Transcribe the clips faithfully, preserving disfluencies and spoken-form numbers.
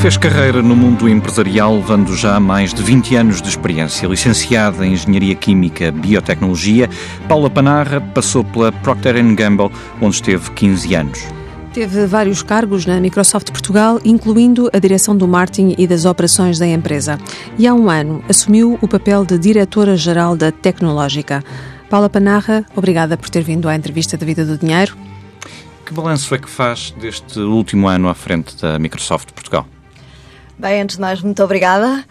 Fez carreira no mundo empresarial, levando já mais de vinte anos de experiência. Licenciada em Engenharia Química e Biotecnologia, Paula Panarra passou pela Procter and Gamble, onde esteve quinze anos. Teve vários cargos na Microsoft Portugal, incluindo a direção do marketing e das operações da empresa. E há um ano assumiu o papel de Diretora-Geral da Tecnológica. Paula Panarra, obrigada por ter vindo à entrevista da Vida do Dinheiro. Que balanço é que faz deste último ano à frente da Microsoft Portugal? Bem, antes de mais, muito obrigada.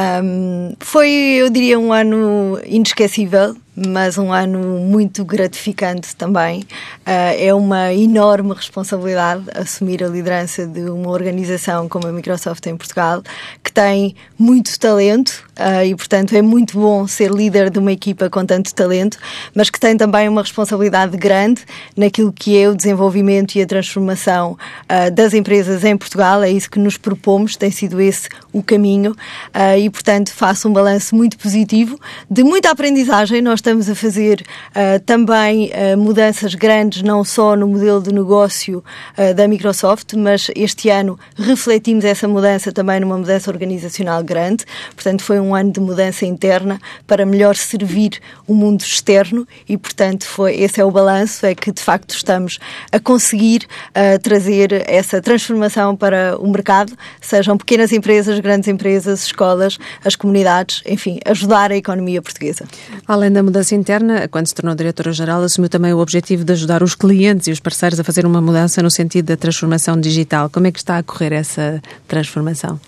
Um, foi, eu diria, um ano inesquecível, mas um ano muito gratificante também. Uh, é uma enorme responsabilidade assumir a liderança de uma organização como a Microsoft em Portugal, que tem muito talento uh, e, portanto, é muito bom ser líder de uma equipa com tanto talento, mas que tem também uma responsabilidade grande naquilo que é o desenvolvimento e a transformação uh, das empresas em Portugal. É isso que nos propomos, tem sido esse o caminho uh, e, portanto, faço um balanço muito positivo de muita aprendizagem. Nós estamos a fazer uh, também uh, mudanças grandes, não só no modelo de negócio uh, da Microsoft, mas este ano refletimos essa mudança também numa mudança organizacional grande. Portanto, foi um ano de mudança interna para melhor servir o mundo externo e, portanto, foi, esse é o balanço, é que de facto estamos a conseguir uh, trazer essa transformação para o mercado, sejam pequenas empresas, grandes empresas, escolas, as comunidades, enfim, ajudar a economia portuguesa. Além da mudança interna, quando se tornou diretora-geral, assumiu também o objetivo de ajudar os clientes e os parceiros a fazer uma mudança no sentido da transformação digital. Como é que está a correr essa transformação?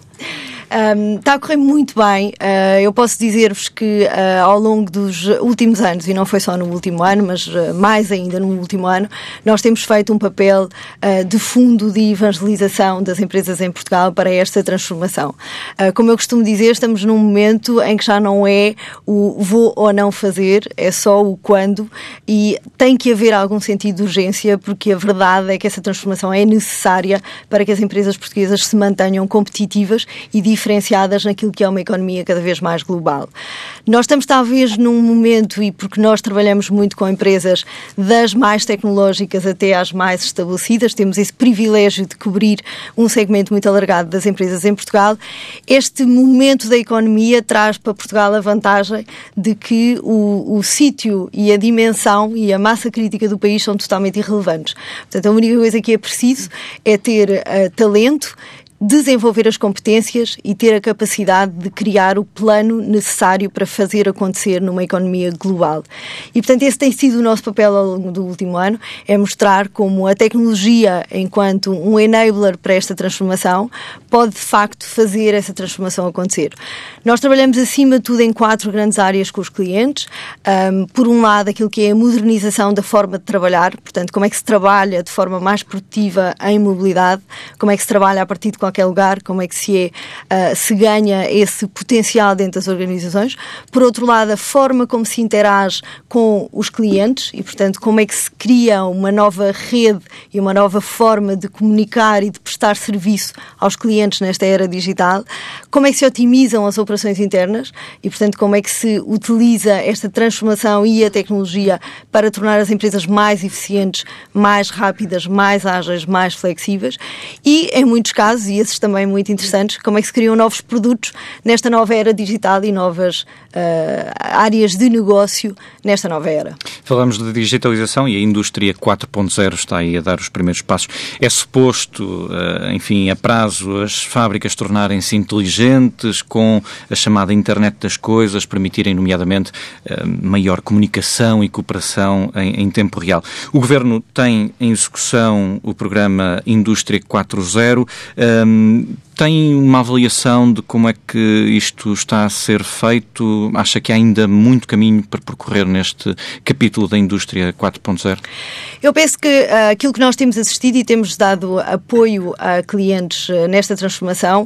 Um, está a correr muito bem. Uh, eu posso dizer-vos que uh, ao longo dos últimos anos, e não foi só no último ano, mas uh, mais ainda no último ano, nós temos feito um papel uh, de fundo de evangelização das empresas em Portugal para esta transformação. Uh, como eu costumo dizer, estamos num momento em que já não é o vou ou não fazer, é só o quando, e tem que haver algum sentido de urgência, porque a verdade é que essa transformação é necessária para que as empresas portuguesas se mantenham competitivas e diferenciadas naquilo que é uma economia cada vez mais global. Nós estamos talvez num momento, e porque nós trabalhamos muito com empresas das mais tecnológicas até às mais estabelecidas, temos esse privilégio de cobrir um segmento muito alargado das empresas em Portugal. Este momento da economia traz para Portugal a vantagem de que o, o sítio e a dimensão e a massa crítica do país são totalmente irrelevantes. Portanto, a única coisa que é preciso é ter uh, talento, desenvolver as competências e ter a capacidade de criar o plano necessário para fazer acontecer numa economia global. E, portanto, esse tem sido o nosso papel ao longo do último ano, é mostrar como a tecnologia, enquanto um enabler para esta transformação, pode, de facto, fazer essa transformação acontecer. Nós trabalhamos, acima de tudo, em quatro grandes áreas com os clientes. Um, por um lado, aquilo que é a modernização da forma de trabalhar, portanto, como é que se trabalha de forma mais produtiva em mobilidade, como é que se trabalha a partir de qualquer lugar, como é que se, é, uh, se ganha esse potencial dentro das organizações. Por outro lado, a forma como se interage com os clientes e, portanto, como é que se cria uma nova rede e uma nova forma de comunicar e de prestar serviço aos clientes nesta era digital. Como é que se otimizam as operações internas e, portanto, como é que se utiliza esta transformação e a tecnologia para tornar as empresas mais eficientes, mais rápidas, mais ágeis, mais flexíveis e, em muitos casos, e esses também muito interessantes, como é que se criam novos produtos nesta nova era digital e novas uh, áreas de negócio nesta nova era. Falamos de digitalização e a indústria quatro ponto zero está aí a dar os primeiros passos. É suposto, uh, enfim, a prazo, as fábricas tornarem-se inteligentes com a chamada internet das coisas, permitirem, nomeadamente, uh, maior comunicação e cooperação em, em tempo real. O Governo tem em execução o programa Indústria quatro ponto zero. Um, tem uma avaliação de como é que isto está a ser feito? Acha que há ainda muito caminho para percorrer neste capítulo da Indústria quatro ponto zero? Eu penso que uh, aquilo que nós temos assistido e temos dado apoio a clientes uh, nesta transformação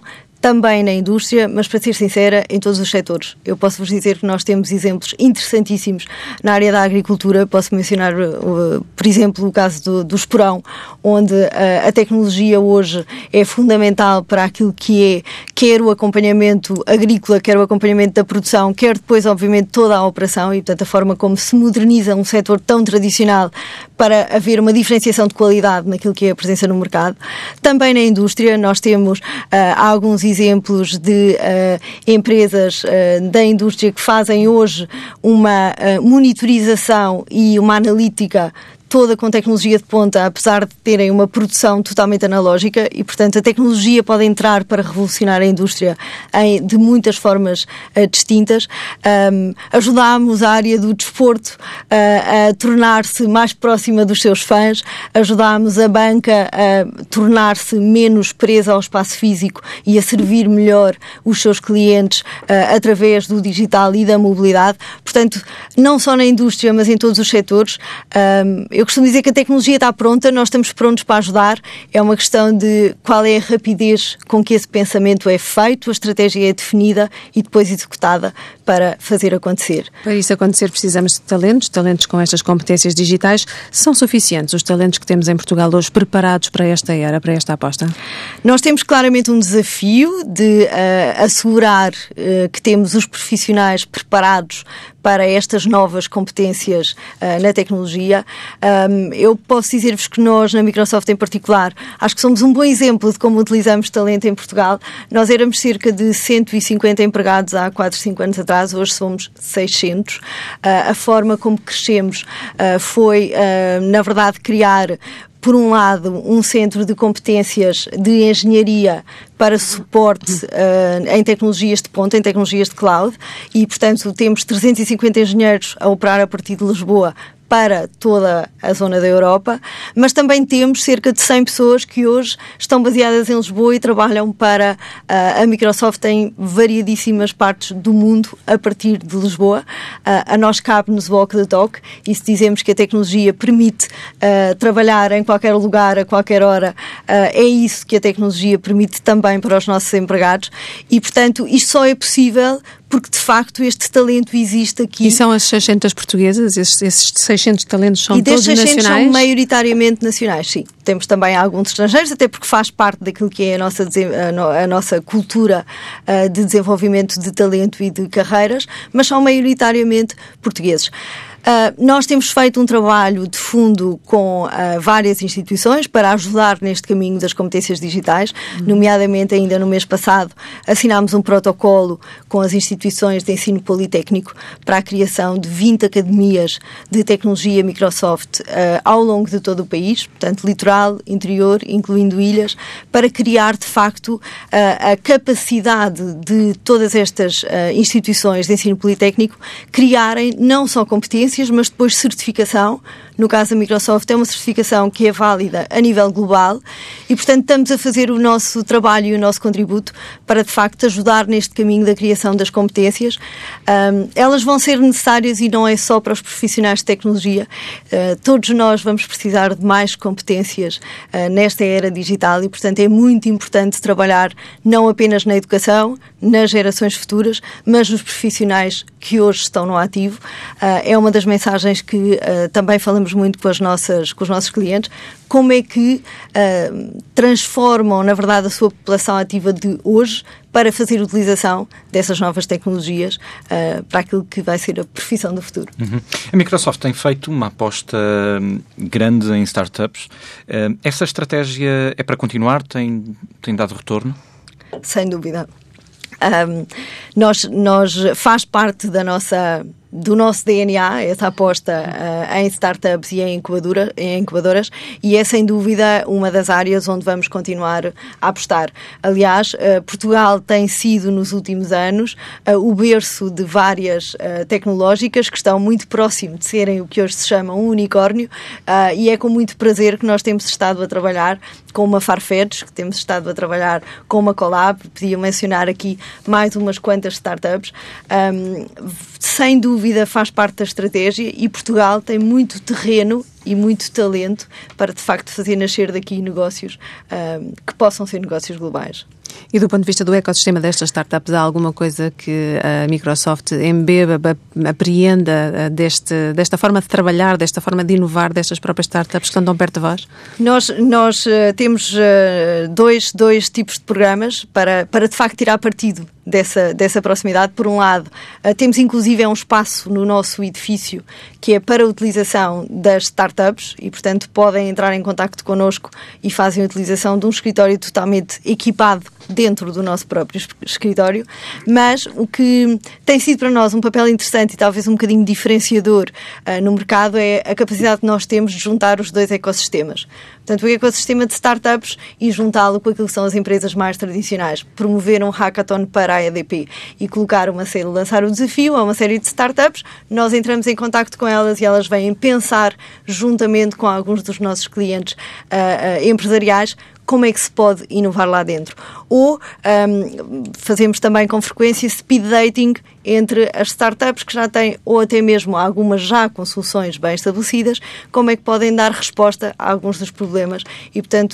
também na indústria, mas para ser sincera, em todos os setores. Eu posso vos dizer que nós temos exemplos interessantíssimos na área da agricultura. Posso mencionar, por exemplo, o caso do, do esporão, onde a, a tecnologia hoje é fundamental para aquilo que é quer o acompanhamento agrícola, quer o acompanhamento da produção, quer depois, obviamente, toda a operação e, portanto, a forma como se moderniza um setor tão tradicional para haver uma diferenciação de qualidade naquilo que é a presença no mercado. Também na indústria nós temos uh, alguns exemplos de uh, empresas uh, da indústria que fazem hoje uma uh, monitorização e uma analítica toda com tecnologia de ponta, apesar de terem uma produção totalmente analógica e, portanto, a tecnologia pode entrar para revolucionar a indústria em, de muitas formas uh, distintas. Um, ajudámos a área do desporto uh, a tornar-se mais próxima dos seus fãs, ajudámos a banca a tornar-se menos presa ao espaço físico e a servir melhor os seus clientes uh, através do digital e da mobilidade. Portanto, não só na indústria, mas em todos os setores. Um, eu costumo dizer que a tecnologia está pronta, nós estamos prontos para ajudar. É uma questão de qual é a rapidez com que esse pensamento é feito, a estratégia é definida e depois executada para fazer acontecer. Para isso acontecer precisamos de talentos, talentos com estas competências digitais. São suficientes os talentos que temos em Portugal hoje preparados para esta era, para esta aposta? Nós temos claramente um desafio de uh, assegurar uh, que temos os profissionais preparados para estas novas competências uh, na tecnologia. Um, eu posso dizer-vos que nós, na Microsoft em particular, acho que somos um bom exemplo de como utilizamos talento em Portugal. Nós éramos cerca de cento e cinquenta empregados há quatro, cinco anos atrás, hoje somos seiscentos. Uh, a forma como crescemos uh, foi, uh, na verdade, criar, por um lado, um centro de competências de engenharia para suporte uh, em tecnologias de ponta, em tecnologias de cloud, e, portanto, temos trezentos e cinquenta engenheiros a operar a partir de Lisboa para toda a zona da Europa, mas também temos cerca de cem pessoas que hoje estão baseadas em Lisboa e trabalham para uh, a Microsoft em variadíssimas partes do mundo a partir de Lisboa. Uh, a nós cabe-nos walk the talk, e se dizemos que a tecnologia permite uh, trabalhar em qualquer lugar, a qualquer hora, uh, é isso que a tecnologia permite também para os nossos empregados e, portanto, isto só é possível porque, de facto, este talento existe aqui. E são as seiscentas portuguesas? Esses, esses seiscentos talentos são e todos nacionais? E desses seiscentos são maioritariamente nacionais, sim. Temos também alguns estrangeiros, até porque faz parte daquilo que é a nossa, a nossa cultura uh, de desenvolvimento de talento e de carreiras, mas são maioritariamente portugueses. Uh, nós temos feito um trabalho de fundo com uh, várias instituições para ajudar neste caminho das competências digitais, uhum. nomeadamente ainda no mês passado assinámos um protocolo com as instituições de ensino politécnico para a criação de vinte academias de tecnologia Microsoft uh, ao longo de todo o país, portanto litoral, interior, incluindo ilhas, para criar de facto uh, a capacidade de todas estas uh, instituições de ensino politécnico criarem não só competências, mas depois certificação. No caso da Microsoft é uma certificação que é válida a nível global e, portanto, estamos a fazer o nosso trabalho e o nosso contributo para, de facto, ajudar neste caminho da criação das competências. Um, elas vão ser necessárias e não é só para os profissionais de tecnologia. Uh, todos nós vamos precisar de mais competências uh, nesta era digital e, portanto, é muito importante trabalhar não apenas na educação, nas gerações futuras, mas nos profissionais que hoje estão no ativo. Uh, é uma das mensagens que uh, também falamos muito com, as nossas, com os nossos clientes, como é que uh, transformam, na verdade, a sua população ativa de hoje para fazer utilização dessas novas tecnologias uh, para aquilo que vai ser a profissão do futuro. Uhum. A Microsoft tem feito uma aposta grande em startups. Uh, essa estratégia é para continuar? Tem, tem dado retorno? Sem dúvida. Um, nós, nós faz parte da nossa, do nosso D N A, essa aposta uh, em startups e em, incubadora, em incubadoras, e é sem dúvida uma das áreas onde vamos continuar a apostar. Aliás, uh, Portugal tem sido nos últimos anos uh, o berço de várias uh, tecnológicas que estão muito próximo de serem o que hoje se chama um unicórnio, uh, e é com muito prazer que nós temos estado a trabalhar com uma Farfetch, que temos estado a trabalhar com uma Colab, podia mencionar aqui mais umas quantas startups. Um, sem dúvida faz parte da estratégia e Portugal tem muito terreno e muito talento para, de facto, fazer nascer daqui negócios um, que possam ser negócios globais. E do ponto de vista do ecossistema destas startups, há alguma coisa que a Microsoft embeba, apreenda deste, desta forma de trabalhar, desta forma de inovar destas próprias startups que estão tão perto de vós? Nós, nós uh, temos uh, dois, dois tipos de programas para, para de facto tirar partido dessa, dessa proximidade. Por um lado, uh, temos inclusive um espaço no nosso edifício que é para a utilização das startups e, portanto, podem entrar em contacto connosco e fazem a utilização de um escritório totalmente equipado dentro do nosso próprio escritório, mas o que tem sido para nós um papel interessante e talvez um bocadinho diferenciador uh, no mercado é a capacidade que nós temos de juntar os dois ecossistemas. Portanto, o ecossistema de startups e juntá-lo com aquilo que são as empresas mais tradicionais. Promover um hackathon para a E D P e colocar uma série, lançar o desafio a uma série de startups, nós entramos em contacto com elas e elas vêm pensar juntamente com alguns dos nossos clientes uh, uh, empresariais como é que se pode inovar lá dentro. Ou um, fazemos também com frequência speed dating entre as startups que já têm, ou até mesmo algumas já com soluções bem estabelecidas, como é que podem dar resposta a alguns dos problemas e, portanto,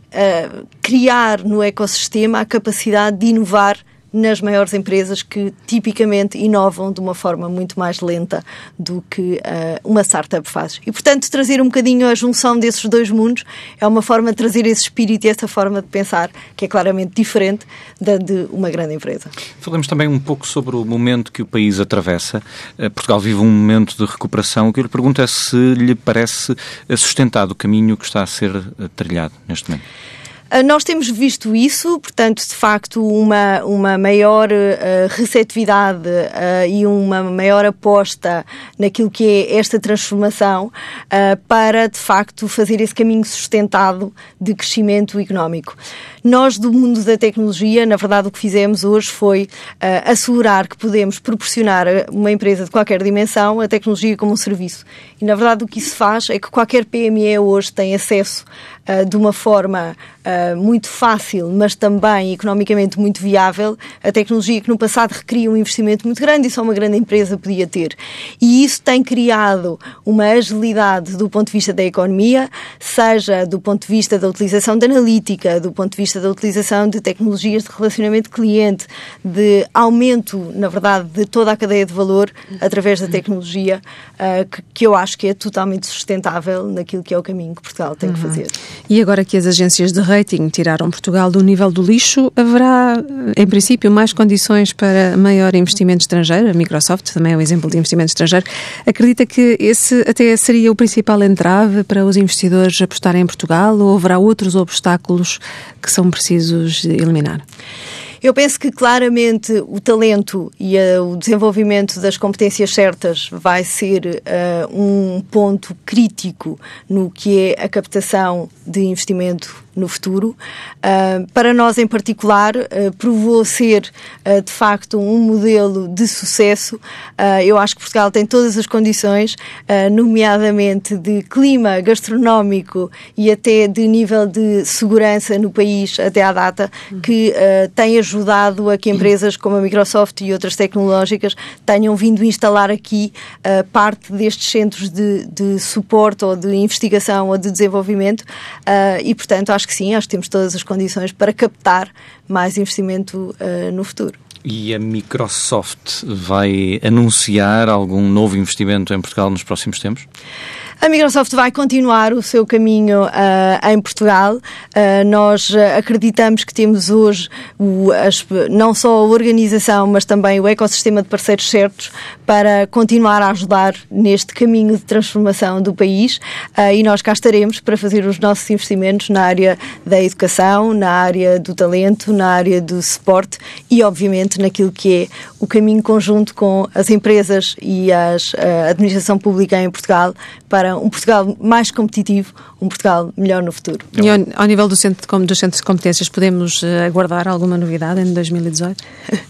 uh, criar no ecossistema a capacidade de inovar nas maiores empresas que tipicamente inovam de uma forma muito mais lenta do que uh, uma startup faz. E, portanto, trazer um bocadinho a junção desses dois mundos é uma forma de trazer esse espírito e essa forma de pensar que é claramente diferente da de uma grande empresa. Falamos também um pouco sobre o momento que o país atravessa. Portugal vive um momento de recuperação. O que eu lhe pergunto é se lhe parece sustentado o caminho que está a ser trilhado neste momento. Nós temos visto isso, portanto, de facto, uma, uma maior uh, receptividade uh, e uma maior aposta naquilo que é esta transformação uh, para, de facto, fazer esse caminho sustentado de crescimento económico. Nós, do mundo da tecnologia, na verdade, o que fizemos hoje foi uh, assegurar que podemos proporcionar a uma empresa de qualquer dimensão a tecnologia como um serviço. E, na verdade, o que isso faz é que qualquer P M E hoje tem acesso uh, de uma forma uh, muito fácil, mas também economicamente muito viável, a tecnologia que no passado requeria um investimento muito grande e só uma grande empresa podia ter. E isso tem criado uma agilidade do ponto de vista da economia, seja do ponto de vista da utilização da analítica, do ponto de vista da utilização de tecnologias de relacionamento cliente, de aumento, na verdade, de toda a cadeia de valor através da tecnologia, uh, que, que eu acho que é totalmente sustentável naquilo que é o caminho que Portugal tem uhum. que fazer. E agora que as agências de rating tiraram Portugal do nível do lixo, haverá, em princípio, mais condições para maior investimento estrangeiro? A Microsoft também é um exemplo de investimento estrangeiro. Acredita que esse até seria o principal entrave para os investidores apostarem em Portugal ou haverá outros obstáculos que são precisos eliminar? Eu penso que claramente o talento e uh, o desenvolvimento das competências certas vai ser uh, um ponto crítico no que é a captação de investimento no futuro. Uh, para nós, em particular, uh, provou ser, uh, de facto, um modelo de sucesso. Uh, eu acho que Portugal tem todas as condições, uh, nomeadamente de clima gastronómico e até de nível de segurança no país até à data, que uh, tem ajudado a que empresas como a Microsoft e outras tecnológicas tenham vindo instalar aqui uh, parte destes centros de, de suporte ou de investigação ou de desenvolvimento uh, e, portanto, acho que sim, acho que temos todas as condições para captar mais investimento uh, no futuro. E a Microsoft vai anunciar algum novo investimento em Portugal nos próximos tempos? A Microsoft vai continuar o seu caminho uh, em Portugal. Uh, nós uh, acreditamos que temos hoje o, as, não só a organização, mas também o ecossistema de parceiros certos para continuar a ajudar neste caminho de transformação do país uh, e nós cá estaremos para fazer os nossos investimentos na área da educação, na área do talento, na área do suporte e, obviamente, naquilo que é o caminho conjunto com as empresas e as, a administração pública em Portugal para um Portugal mais competitivo, um Portugal melhor no futuro. E ao, ao nível do centro de, dos centros de competências, podemos uh, aguardar alguma novidade em dois mil e dezoito?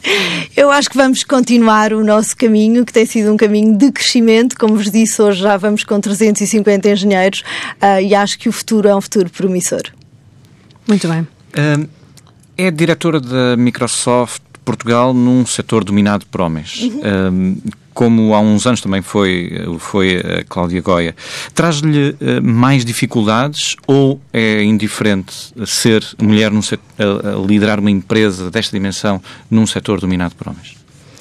Eu acho que vamos continuar o nosso caminho, que tem sido um caminho de crescimento. Como vos disse, hoje já vamos com trezentos e cinquenta engenheiros uh, e acho que o futuro é um futuro promissor. Muito bem. Uh, é diretora da Microsoft Portugal num setor dominado por homens. Uhum. Como há uns anos também foi, foi a Cláudia Goia. Traz-lhe mais dificuldades ou é indiferente ser mulher num setor, a, a liderar uma empresa desta dimensão num setor dominado por homens?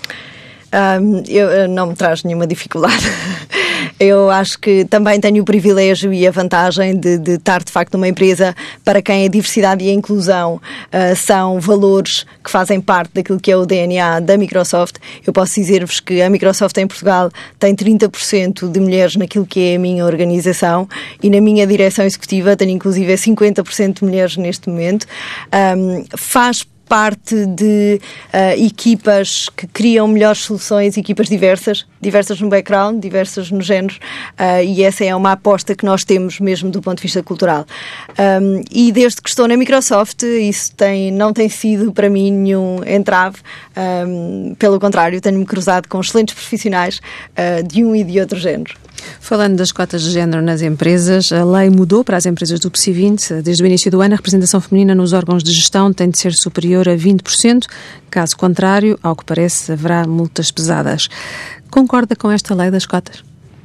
Um, eu, não me traz nenhuma dificuldade. Eu acho que também tenho o privilégio e a vantagem de, de estar, de facto, numa empresa para quem a diversidade e a inclusão uh, são valores que fazem parte daquilo que é o D N A da Microsoft. Eu posso dizer-vos que a Microsoft em Portugal tem trinta por cento de mulheres naquilo que é a minha organização e na minha direção executiva tenho inclusive cinquenta por cento de mulheres neste momento. Um, faz parte de uh, equipas que criam melhores soluções, equipas diversas, diversas no background, diversas no género, uh, e essa é uma aposta que nós temos mesmo do ponto de vista cultural. Um, e desde que estou na Microsoft, isso tem, não tem sido para mim nenhum entrave, um, pelo contrário, tenho-me cruzado com excelentes profissionais uh, de um e de outro género. Falando das cotas de género nas empresas, a lei mudou para as empresas do P S I vinte. Desde o início do ano, a representação feminina nos órgãos de gestão tem de ser superior a vinte por cento. Caso contrário, ao que parece, haverá multas pesadas. Concorda com esta lei das cotas?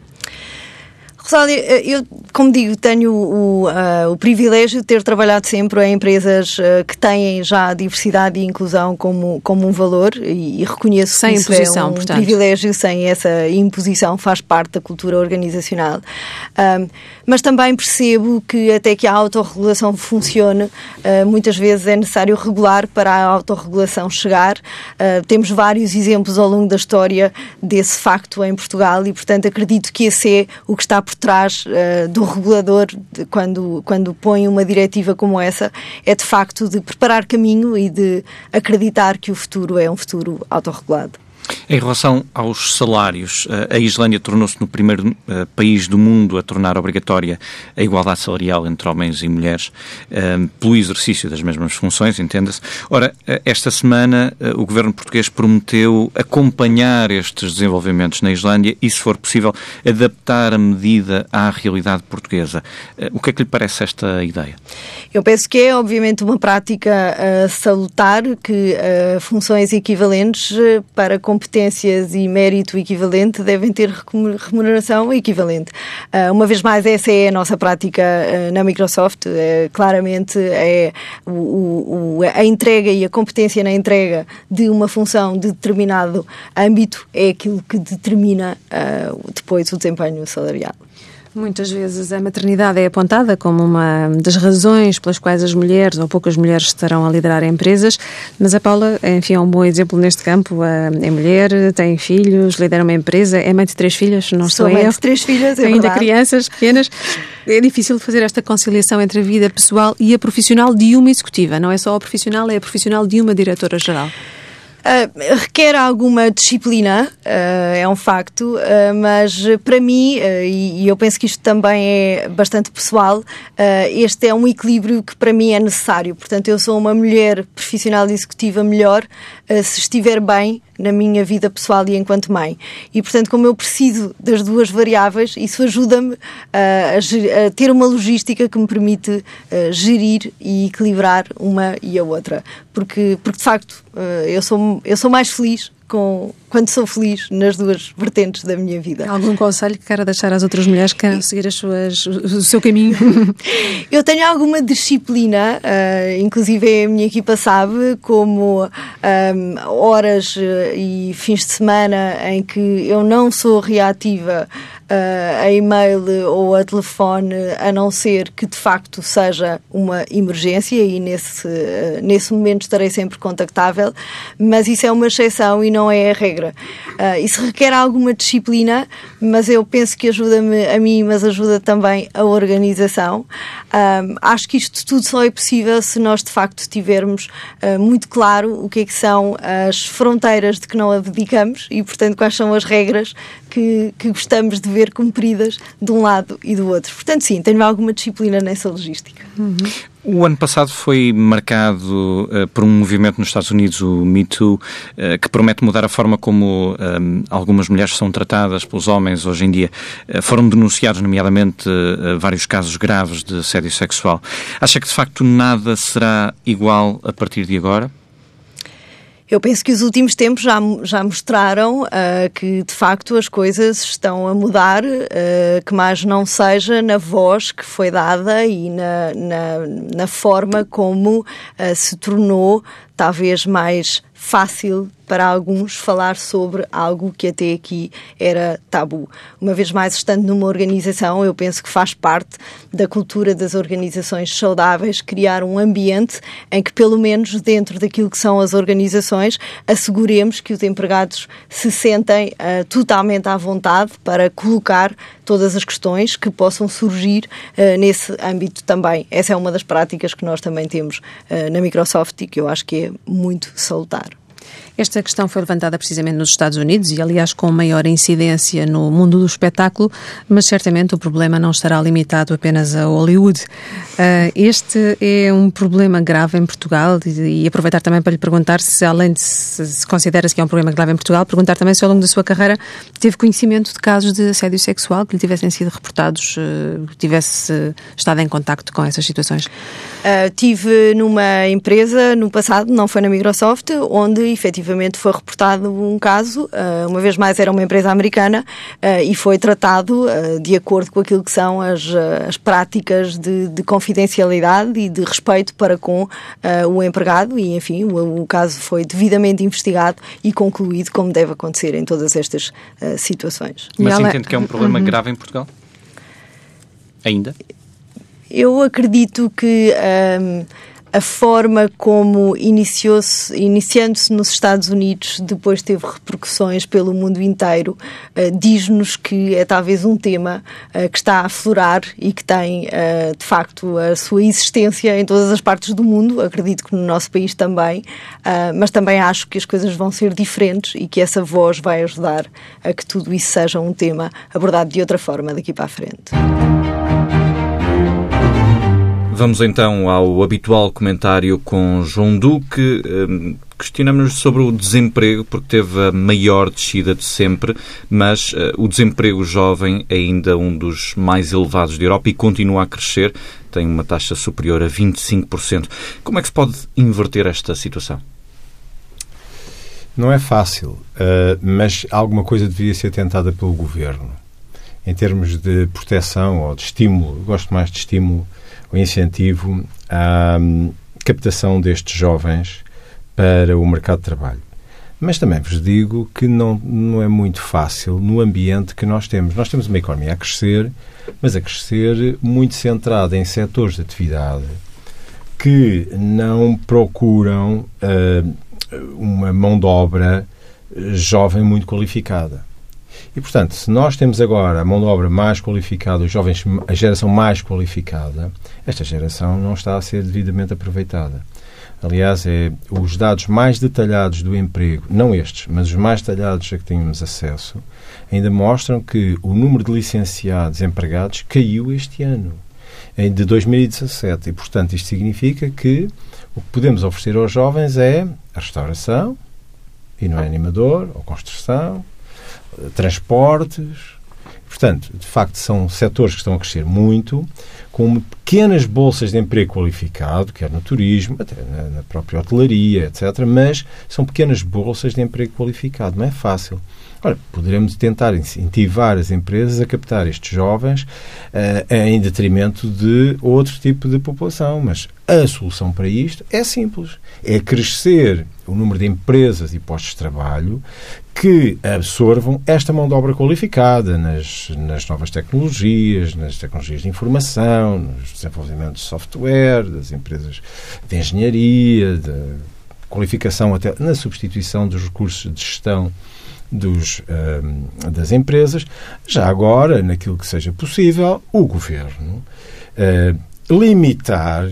Rosália, eu, como digo, tenho o, uh, o privilégio de ter trabalhado sempre em empresas uh, que têm já a diversidade e inclusão como, como um valor e, e reconheço sem que isso imposição, é um portanto. privilégio, sem essa imposição, faz parte da cultura organizacional. Um, mas também percebo que até que a autorregulação funcione, uh, muitas vezes é necessário regular para a autorregulação chegar. Uh, temos vários exemplos ao longo da história desse facto em Portugal e, portanto, acredito que esse é o que está por trás uh, do regulador de, quando, quando põe uma diretiva como essa, é de facto de preparar caminho e de acreditar que o futuro é um futuro autorregulado. Em relação aos salários, a Islândia tornou-se no primeiro uh, país do mundo a tornar obrigatória a igualdade salarial entre homens e mulheres, uh, pelo exercício das mesmas funções, entenda-se. Ora, uh, esta semana uh, o governo português prometeu acompanhar estes desenvolvimentos na Islândia e, se for possível, adaptar a medida à realidade portuguesa. Uh, o que é que lhe parece esta ideia? Eu penso que é, obviamente, uma prática uh, salutar, que uh, funções equivalentes uh, para competências e mérito equivalente devem ter remuneração equivalente. Uh, uma vez mais, essa é a nossa prática uh, na Microsoft. Uh, claramente, é o, o, a entrega e a competência na entrega de uma função de determinado âmbito é aquilo que determina uh, depois o desempenho salarial. Muitas vezes a maternidade é apontada como uma das razões pelas quais as mulheres ou poucas mulheres estarão a liderar empresas, mas a Paula, enfim, é um bom exemplo neste campo. É mulher, tem filhos, lidera uma empresa, é mãe de três filhas, não estou Sou a mãe de três filhas, é ainda verdade. Crianças pequenas. É difícil fazer esta conciliação entre a vida pessoal e a profissional de uma executiva. Não é só a profissional, é a profissional de uma diretora-geral. Uh, requer alguma disciplina, uh, é um facto, uh, mas para mim, uh, e, e eu penso que isto também é bastante pessoal, uh, este é um equilíbrio que para mim é necessário. Portanto, eu sou uma mulher profissional e executiva melhor uh, se estiver bem na minha vida pessoal e enquanto mãe. E, portanto, como eu preciso das duas variáveis, isso ajuda-me uh, a, a ter uma logística que me permite uh, gerir e equilibrar uma e a outra. Porque, porque de facto, uh, eu, sou, eu sou mais feliz com, quando sou feliz nas duas vertentes da minha vida. Algum conselho que queira deixar às outras mulheres que queiram seguir as suas, o seu caminho? Eu tenho alguma disciplina, uh, inclusive a minha equipa sabe, como um, horas e fins de semana em que eu não sou reativa uh, a e-mail ou a telefone, a não ser que de facto seja uma emergência, e nesse, uh, nesse momento estarei sempre contactável, mas isso é uma exceção e não é a regra. Uh, isso requer alguma disciplina, mas eu penso que ajuda-me a mim, mas ajuda também a organização. Um, acho que isto tudo só é possível se nós de facto tivermos uh, muito claro o que é que são as fronteiras de que não abdicamos e, portanto, quais são as regras que, que gostamos de ver cumpridas de um lado e do outro. Portanto, sim, tenho alguma disciplina nessa logística. Uhum. O ano passado foi marcado uh, por um movimento nos Estados Unidos, o Me Too, uh, que promete mudar a forma como um, algumas mulheres são tratadas pelos homens hoje em dia. Uh, foram denunciados, nomeadamente, uh, vários casos graves de assédio sexual. Acha que, de facto, nada será igual a partir de agora? Eu penso que os últimos tempos já, já mostraram uh, que, de facto, as coisas estão a mudar, uh, que mais não seja na voz que foi dada e na, na, na forma como uh, se tornou talvez mais fácil para alguns falar sobre algo que até aqui era tabu. Uma vez mais, estando numa organização, eu penso que faz parte da cultura das organizações saudáveis criar um ambiente em que, pelo menos dentro daquilo que são as organizações, asseguremos que os empregados se sentem uh, totalmente à vontade para colocar todas as questões que possam surgir uh, nesse âmbito também. Essa é uma das práticas que nós também temos uh, na Microsoft e que eu acho que é muito salutar. Esta questão foi levantada precisamente nos Estados Unidos e, aliás, com maior incidência no mundo do espetáculo, mas certamente o problema não estará limitado apenas a Hollywood. Uh, este é um problema grave em Portugal e, e aproveitar também para lhe perguntar se, além de se, se considera-se que é um problema grave em Portugal, perguntar também se ao longo da sua carreira teve conhecimento de casos de assédio sexual que lhe tivessem sido reportados, uh, que tivesse uh, estado em contacto com essas situações. Uh, tive numa empresa no passado, não foi na Microsoft, onde efetivamente foi reportado um caso, uh, uma vez mais era uma empresa americana, uh, e foi tratado uh, de acordo com aquilo que são as, uh, as práticas de, de confidencialidade e de respeito para com uh, o empregado e, enfim, o, o caso foi devidamente investigado e concluído como deve acontecer em todas estas uh, situações. Mas ela... entende que é um problema uhum. grave em Portugal? Ainda? Eu acredito que um, a forma como iniciou-se, iniciando-se nos Estados Unidos, depois teve repercussões pelo mundo inteiro, uh, diz-nos que é talvez um tema uh, que está a aflorar e que tem, uh, de facto, a sua existência em todas as partes do mundo. Acredito que no nosso país também, uh, mas também acho que as coisas vão ser diferentes e que essa voz vai ajudar a que tudo isso seja um tema abordado de outra forma daqui para a frente. Vamos então ao habitual comentário com João Duque. Questionamos-nos sobre o desemprego, porque teve a maior descida de sempre, mas uh, o desemprego jovem é ainda um dos mais elevados da Europa e continua a crescer, tem uma taxa superior a vinte e cinco por cento. Como é que se pode inverter esta situação? Não é fácil, uh, mas alguma coisa deveria ser tentada pelo Governo. Em termos de proteção ou de estímulo, eu gosto mais de estímulo, o incentivo à captação destes jovens para o mercado de trabalho. Mas também vos digo que não, não é muito fácil no ambiente que nós temos. Nós temos uma economia a crescer, mas a crescer muito centrada em setores de atividade que não procuram uh, uma mão de obra jovem muito qualificada. E, portanto, se nós temos agora a mão de obra mais qualificada, os jovens, a geração mais qualificada, esta geração não está a ser devidamente aproveitada. Aliás, é, os dados mais detalhados do emprego, não estes, mas os mais detalhados a que temos acesso, ainda mostram que o número de licenciados empregados caiu este ano, de dois mil e dezassete. E, portanto, isto significa que o que podemos oferecer aos jovens é a restauração, e não é animador, ou construção, transportes. Portanto, de facto, são setores que estão a crescer muito, com pequenas bolsas de emprego qualificado, quer no turismo, até na própria hotelaria, etcétera, mas são pequenas bolsas de emprego qualificado. Não é fácil. Ora, poderemos tentar incentivar as empresas a captar estes jovens uh, em detrimento de outro tipo de população, mas a solução para isto é simples. É crescer o número de empresas e postos de trabalho que absorvam esta mão de obra qualificada nas, nas novas tecnologias, nas tecnologias de informação, nos desenvolvimentos de software, das empresas de engenharia, de qualificação até na substituição dos recursos de gestão dos, um, das empresas. Já agora, naquilo que seja possível, o Governo uh, limitar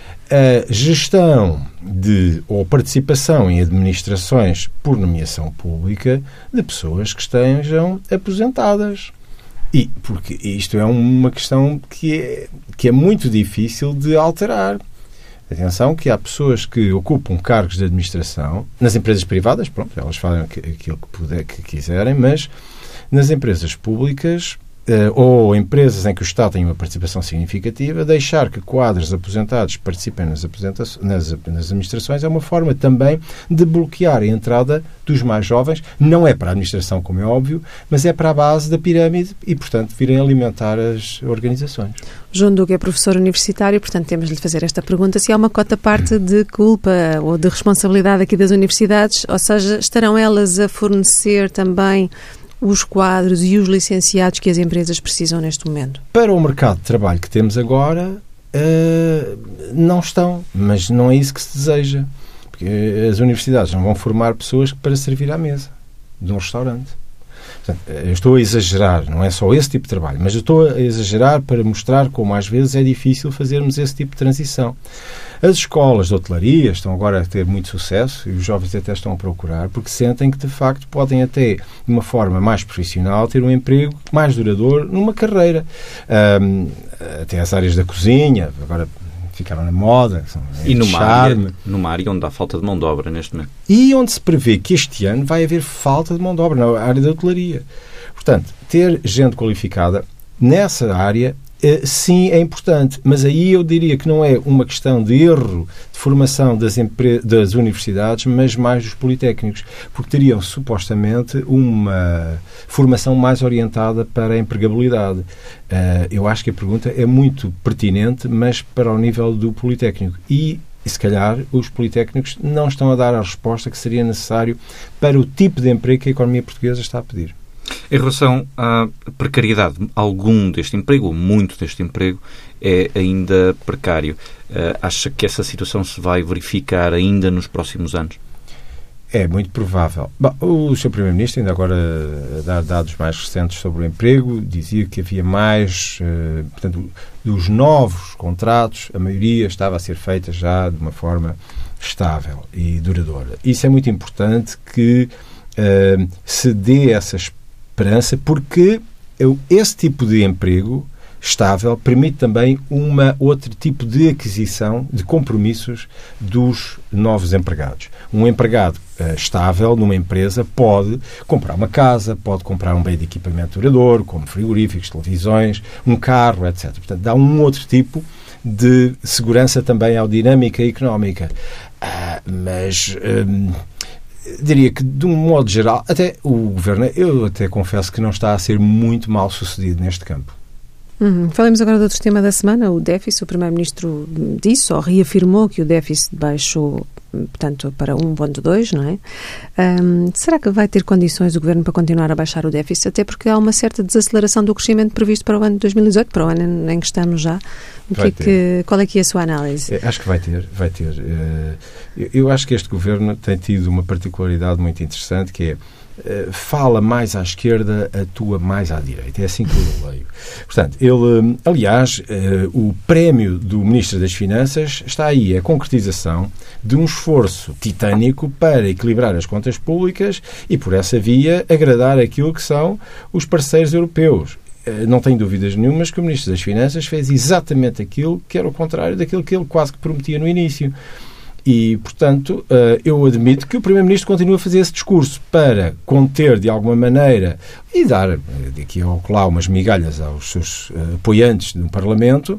a gestão de, ou participação em administrações por nomeação pública de pessoas que estejam aposentadas. E, porque isto é uma questão que é, que é muito difícil de alterar. Atenção que há pessoas que ocupam cargos de administração nas empresas privadas, pronto, elas fazem aquilo que, puder, que quiserem, mas nas empresas públicas ou empresas em que o Estado tem uma participação significativa, deixar que quadros aposentados participem nas, nas, nas administrações é uma forma também de bloquear a entrada dos mais jovens. Não é para a administração, como é óbvio, mas é para a base da pirâmide e, portanto, virem alimentar as organizações. João Duque é professor universitário, portanto, temos de lhe fazer esta pergunta: se há uma cota parte de culpa ou de responsabilidade aqui das universidades, ou seja, estarão elas a fornecer também os quadros e os licenciados que as empresas precisam neste momento? Para o mercado de trabalho que temos agora, uh, não estão, mas não é isso que se deseja. Porque as universidades não vão formar pessoas para servir à mesa de um restaurante. Portanto, eu estou a exagerar, não é só esse tipo de trabalho, mas eu estou a exagerar para mostrar como às vezes é difícil fazermos esse tipo de transição. As escolas de hotelaria estão agora a ter muito sucesso e os jovens até estão a procurar porque sentem que, de facto, podem até, de uma forma mais profissional, ter um emprego mais duradouro numa carreira. Um, até as áreas da cozinha, agora ficaram na moda. São, é e numa área, numa área onde há falta de mão de obra neste momento. E onde se prevê que este ano vai haver falta de mão de obra, na área da hotelaria. Portanto, ter gente qualificada nessa área, sim, é importante, mas aí eu diria que não é uma questão de erro de formação das, empre... das universidades, mas mais dos politécnicos, porque teriam supostamente uma formação mais orientada para a empregabilidade. Uh, eu acho que a pergunta é muito pertinente, mas para o nível do politécnico. E, e se calhar os politécnicos não estão a dar a resposta que seria necessário para o tipo de emprego que a economia portuguesa está a pedir. Em relação à precariedade, algum deste emprego, ou muito deste emprego, é ainda precário. Uh, acha que essa situação se vai verificar ainda nos próximos anos? É muito provável. Bom, o seu Primeiro-Ministro, ainda agora a dar dados mais recentes sobre o emprego, dizia que havia mais, uh, portanto, dos novos contratos, a maioria estava a ser feita já de uma forma estável e duradoura. Isso é muito importante que uh, se dê essa esperança, porque esse tipo de emprego estável permite também uma outro tipo de aquisição de compromissos dos novos empregados. Um empregado uh, estável numa empresa pode comprar uma casa, pode comprar um bem de equipamento duradouro, como frigoríficos, televisões, um carro, etcétera. Portanto, dá um outro tipo de segurança também à dinâmica económica. Uh, mas... Um, diria que, de um modo geral, até o Governo, eu até confesso que não está a ser muito mal sucedido neste campo. Uhum. Falemos agora do outro tema da semana, o déficit. O Primeiro-Ministro disse, ou reafirmou, que o déficit baixou, portanto, para um vírgula dois, não é? Um, será que vai ter condições o Governo para continuar a baixar o déficit? Até porque há uma certa desaceleração do crescimento previsto para o ano de dois mil e dezoito, para o ano em que estamos já. O que é que, qual é que é a sua análise? Acho que vai ter, vai ter. Eu acho que este Governo tem tido uma particularidade muito interessante, que é fala mais à esquerda, atua mais à direita. É assim que eu leio. Portanto, ele, aliás, o prémio do Ministro das Finanças está aí, a concretização de um esforço titânico para equilibrar as contas públicas e, por essa via, agradar aquilo que são os parceiros europeus. Não tenho dúvidas nenhumas que o Ministro das Finanças fez exatamente aquilo que era o contrário daquilo que ele quase que prometia no início. E, portanto, eu admito que o Primeiro-Ministro continua a fazer esse discurso para conter, de alguma maneira, e dar, daqui ao lá, umas migalhas aos seus apoiantes no Parlamento,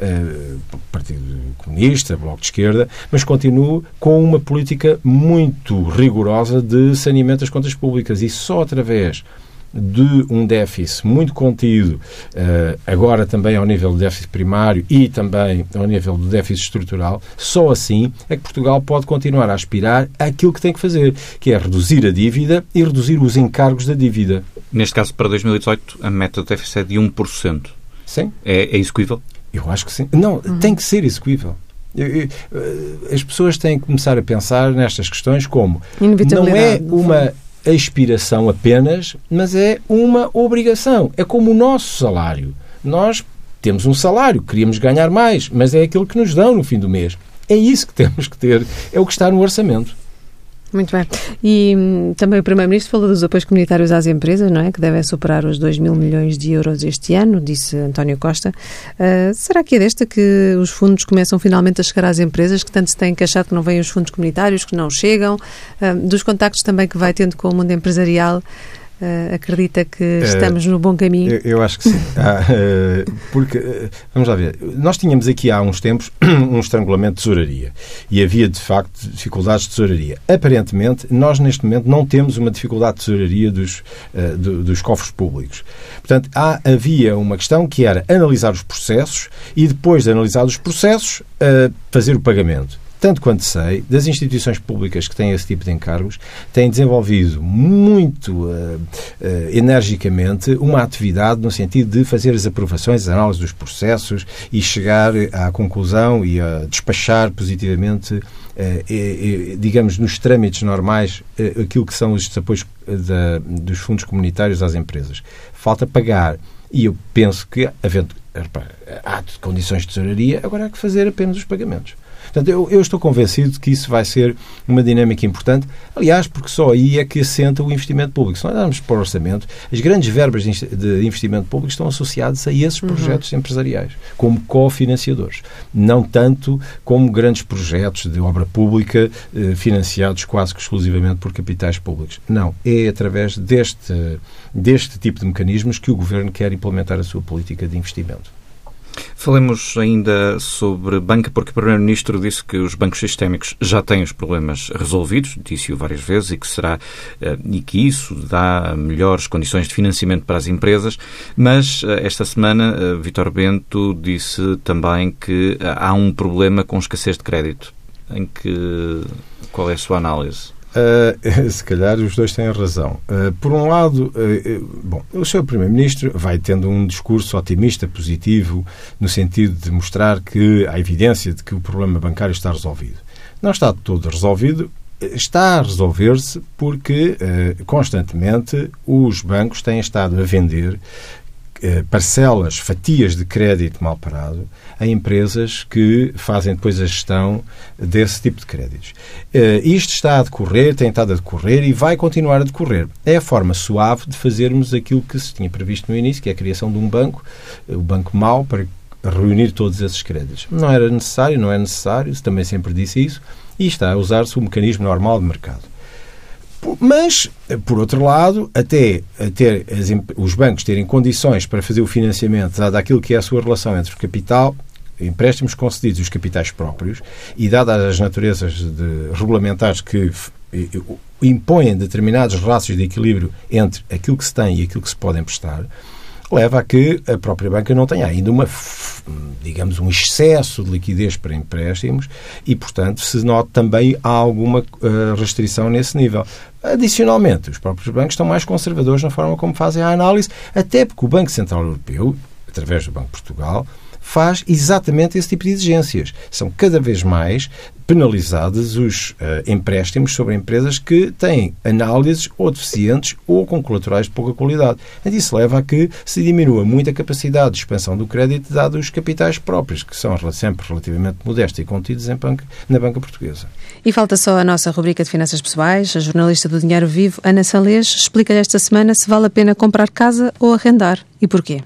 Partido Comunista, Bloco de Esquerda, mas continua com uma política muito rigorosa de saneamento das contas públicas e só através de um déficit muito contido, agora também ao nível do déficit primário e também ao nível do déficit estrutural, só assim é que Portugal pode continuar a aspirar àquilo que tem que fazer, que é reduzir a dívida e reduzir os encargos da dívida. Neste caso, para dois mil e dezoito, a meta do déficit é de um por cento. Sim. É, é execuível? Eu acho que sim. Não, uhum. Tem que ser execuível. As pessoas têm que começar a pensar nestas questões como não é uma a expiração apenas, mas é uma obrigação. É como o nosso salário. Nós temos um salário, queríamos ganhar mais, mas é aquilo que nos dão no fim do mês. É isso que temos que ter, é o que está no orçamento. Muito bem. E hum, também o Primeiro-Ministro falou dos apoios comunitários às empresas, não é? Que devem superar os dois mil milhões de euros este ano, disse António Costa. Uh, será que é desta que os fundos começam finalmente a chegar às empresas, que tanto se têm queixado que não vêm os fundos comunitários, que não chegam? Uh, dos contactos também que vai tendo com o mundo empresarial, Uh, acredita que estamos uh, no bom caminho? Eu, eu acho que sim. ah, uh, porque, uh, vamos lá ver, nós tínhamos aqui há uns tempos um estrangulamento de tesouraria e havia, de facto, dificuldades de tesouraria. Aparentemente, nós neste momento não temos uma dificuldade de tesouraria dos, uh, do, dos cofres públicos. Portanto, há, havia uma questão que era analisar os processos e, depois de analisar os processos, uh, fazer o pagamento. Tanto quanto sei, das instituições públicas que têm esse tipo de encargos, têm desenvolvido muito uh, uh, energicamente uma atividade no sentido de fazer as aprovações, as análises dos processos e chegar à conclusão e a despachar positivamente, uh, e, e, digamos, nos trâmites normais, uh, aquilo que são os apoios da, dos fundos comunitários às empresas. Falta pagar. E eu penso que, havendo há condições de tesouraria, agora há que fazer apenas os pagamentos. Portanto, eu, eu estou convencido de que isso vai ser uma dinâmica importante, aliás, porque só aí é que assenta o investimento público. Se nós olharmos para o orçamento, as grandes verbas de investimento público estão associadas a esses projetos uhum. empresariais, como cofinanciadores. Não tanto como grandes projetos de obra pública eh, financiados quase que exclusivamente por capitais públicos. Não, é através deste, deste tipo de mecanismos que o Governo quer implementar a sua política de investimento. Falemos ainda sobre banca, porque o Primeiro-Ministro disse que os bancos sistémicos já têm os problemas resolvidos, disse-o várias vezes, e que será e que isso dá melhores condições de financiamento para as empresas, mas esta semana Vítor Bento disse também que há um problema com escassez de crédito. Em que, qual é a sua análise? Uh, se calhar os dois têm razão. Uh, por um lado, uh, uh, bom, o senhor Primeiro-Ministro vai tendo um discurso otimista, positivo, no sentido de mostrar que há evidência de que o problema bancário está resolvido. Não está todo resolvido, está a resolver-se porque uh, constantemente os bancos têm estado a vender parcelas, fatias de crédito mal parado a empresas que fazem depois a gestão desse tipo de créditos. Uh, isto está a decorrer, tem estado a decorrer e vai continuar a decorrer. É a forma suave de fazermos aquilo que se tinha previsto no início, que é a criação de um banco, o banco mau, para reunir todos esses créditos. Não era necessário, não é necessário, também sempre disse isso, e está a usar-se o mecanismo normal de mercado. Mas, por outro lado, até, até as, os bancos terem condições para fazer o financiamento, dado aquilo que é a sua relação entre o capital, empréstimos concedidos e os capitais próprios, e dadas as naturezas de regulamentares que impõem determinados rácios de equilíbrio entre aquilo que se tem e aquilo que se pode emprestar, leva a que a própria banca não tenha ainda uma, digamos, um excesso de liquidez para empréstimos e, portanto, se nota também há alguma uh, restrição nesse nível. Adicionalmente, os próprios bancos estão mais conservadores na forma como fazem a análise, até porque o Banco Central Europeu, através do Banco de Portugal, faz exatamente esse tipo de exigências. São cada vez mais penalizados os uh, empréstimos sobre empresas que têm análises ou deficientes ou com colaterais de pouca qualidade. E isso leva a que se diminua muito a capacidade de expansão do crédito dado os capitais próprios, que são sempre relativamente modestos e contidos em banca, na banca portuguesa. E falta só a nossa rubrica de finanças pessoais. A jornalista do Dinheiro Vivo, Ana Salês, explica-lhe esta semana se vale a pena comprar casa ou arrendar e porquê.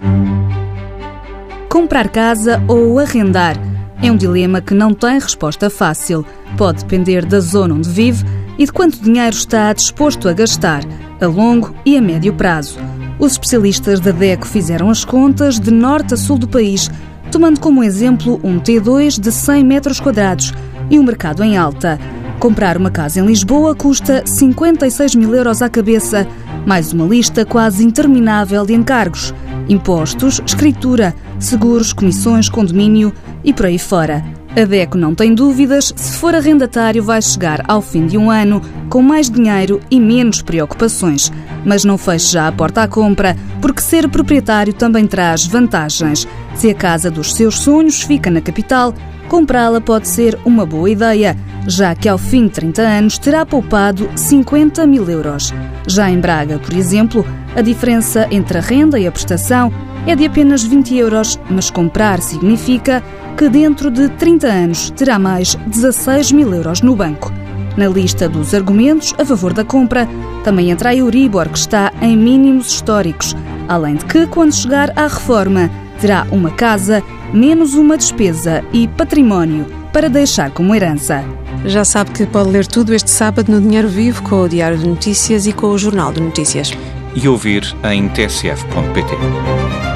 Comprar casa ou arrendar é um dilema que não tem resposta fácil. Pode depender da zona onde vive e de quanto dinheiro está disposto a gastar, a longo e a médio prazo. Os especialistas da DECO fizeram as contas de norte a sul do país, tomando como exemplo um T dois de cem metros quadrados e um mercado em alta. Comprar uma casa em Lisboa custa cinquenta e seis mil euros à cabeça, mais uma lista quase interminável de encargos. Impostos, escritura, seguros, comissões, condomínio e por aí fora. A DECO não tem dúvidas, se for arrendatário vai chegar ao fim de um ano com mais dinheiro e menos preocupações. Mas não feche já a porta à compra, porque ser proprietário também traz vantagens. Se a casa dos seus sonhos fica na capital, comprá-la pode ser uma boa ideia, já que ao fim de trinta anos terá poupado cinquenta mil euros. Já em Braga, por exemplo, a diferença entre a renda e a prestação é de apenas vinte euros, mas comprar significa que dentro de trinta anos terá mais dezasseis mil euros no banco. Na lista dos argumentos a favor da compra também entra a Euribor, que está em mínimos históricos, além de que, quando chegar à reforma, terá uma casa, menos uma despesa e património para deixar como herança. Já sabe que pode ler tudo este sábado no Dinheiro Vivo, com o Diário de Notícias e com o Jornal de Notícias. e ouvir em t s f ponto p t.